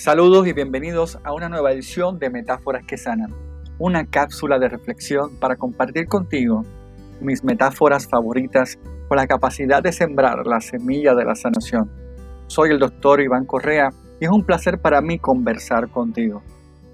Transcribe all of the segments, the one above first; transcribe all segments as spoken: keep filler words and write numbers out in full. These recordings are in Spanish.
Saludos y bienvenidos a una nueva edición de Metáforas que Sanan, una cápsula de reflexión para compartir contigo mis metáforas favoritas con la capacidad de sembrar la semilla de la sanación. Soy el doctor Iván Correa y es un placer para mí conversar contigo.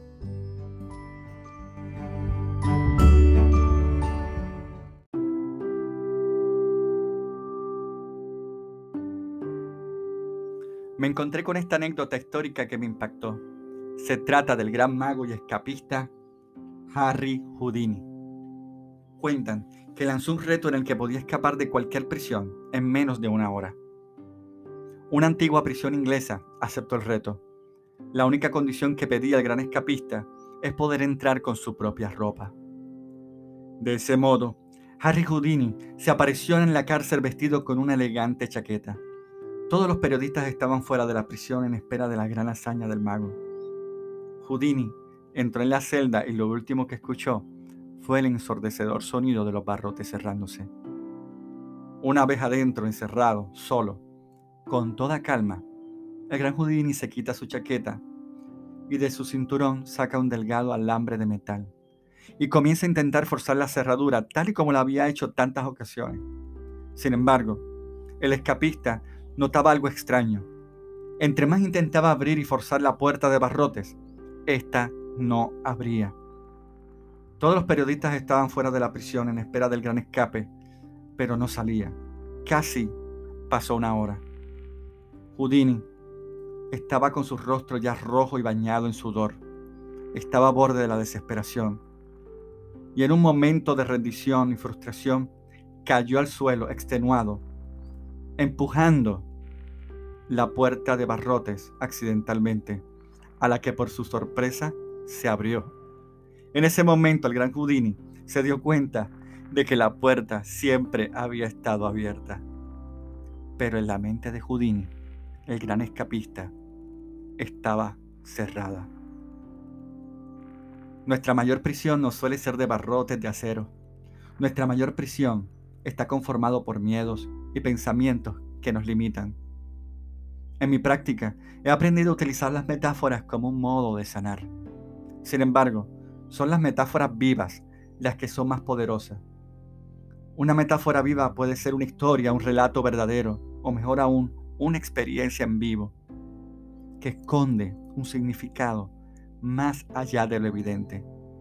Me encontré con esta anécdota histórica que me impactó. Se trata del gran mago y escapista Harry Houdini. Cuentan que lanzó un reto en el que podía escapar de cualquier prisión en menos de una hora. Una antigua prisión inglesa aceptó el reto. La única condición que pedía el gran escapista es poder entrar con su propia ropa. De ese modo, Harry Houdini se apareció en la cárcel vestido con una elegante chaqueta. Todos los periodistas estaban fuera de la prisión en espera de la gran hazaña del mago. Houdini entró en la celda y lo último que escuchó fue el ensordecedor sonido de los barrotes cerrándose. Una vez adentro, encerrado, solo, con toda calma, el gran Houdini se quita su chaqueta y de su cinturón saca un delgado alambre de metal y comienza a intentar forzar la cerradura tal y como lo había hecho tantas ocasiones. Sin embargo, el escapista notaba algo extraño. Entre más intentaba abrir y forzar la puerta de barrotes, ésta no abría. Todos los periodistas estaban fuera de la prisión en espera del gran escape, pero no salía. Casi pasó una hora. Houdini estaba con su rostro ya rojo y bañado en sudor. Estaba a borde de la desesperación. Y en un momento de rendición y frustración, cayó al suelo extenuado, empujando la puerta de barrotes accidentalmente, a la que por su sorpresa se abrió. En ese momento el gran Houdini se dio cuenta de que la puerta siempre había estado abierta. Pero en la mente de Houdini, el gran escapista, estaba cerrada. Nuestra mayor prisión no suele ser de barrotes de acero. Nuestra mayor prisión está conformado por miedos y pensamientos que nos limitan. En mi práctica, he aprendido a utilizar las metáforas como un modo de sanar. Sin embargo, son las metáforas vivas las que son más poderosas. Una metáfora viva puede ser una historia, un relato verdadero, o mejor aún, una experiencia en vivo, que esconde un significado más allá de lo evidente.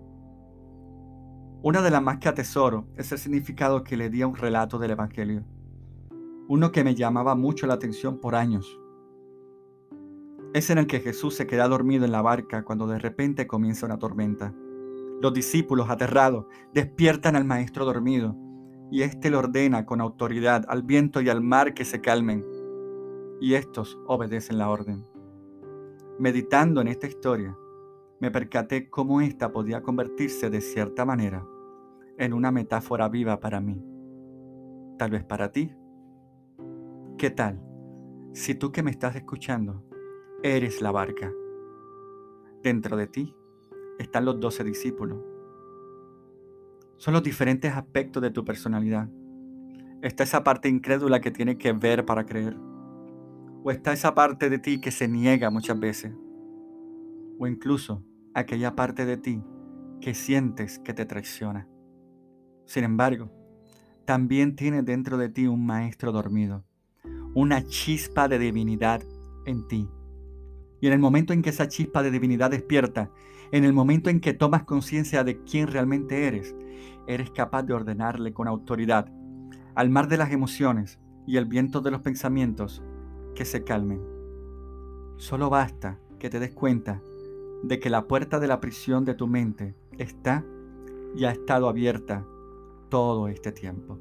Una de las más que atesoro es el significado que le di a un relato del Evangelio, uno que me llamaba mucho la atención por años. Es en el que Jesús se queda dormido en la barca cuando de repente comienza una tormenta. Los discípulos, aterrados, despiertan al maestro dormido y éste le ordena con autoridad al viento y al mar que se calmen, y estos obedecen la orden. Meditando en esta historia, me percaté cómo ésta podía convertirse de cierta manera en una metáfora viva para mí. Tal vez para ti. ¿Qué tal si tú que me estás escuchando eres la barca? Dentro de ti están los doce discípulos. Son los diferentes aspectos de tu personalidad. Está esa parte incrédula que tiene que ver para creer. O está esa parte de ti que se niega muchas veces. O incluso aquella parte de ti que sientes que te traiciona. Sin embargo, también tienes dentro de ti un maestro dormido, una chispa de divinidad en ti. Y en el momento en que esa chispa de divinidad despierta, en el momento en que tomas conciencia de quién realmente eres, eres capaz de ordenarle con autoridad al mar de las emociones y el viento de los pensamientos que se calmen. Solo basta que te des cuenta de que la puerta de la prisión de tu mente está y ha estado abierta todo este tiempo.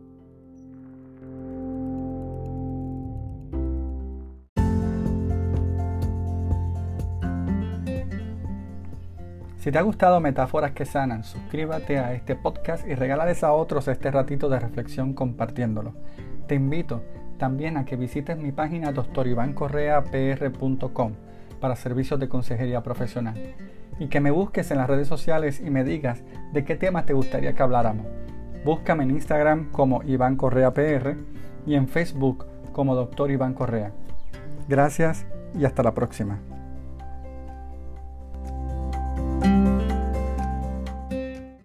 Si te ha gustado Metáforas que Sanan, suscríbete a este podcast y regálales a otros este ratito de reflexión compartiéndolo. Te invito también a que visites mi página doctor iván correa p r punto com para servicios de consejería profesional y que me busques en las redes sociales y me digas de qué temas te gustaría que habláramos. Búscame en Instagram como Iván Correa P R y en Facebook como doctor Iván Correa. Gracias y hasta la próxima.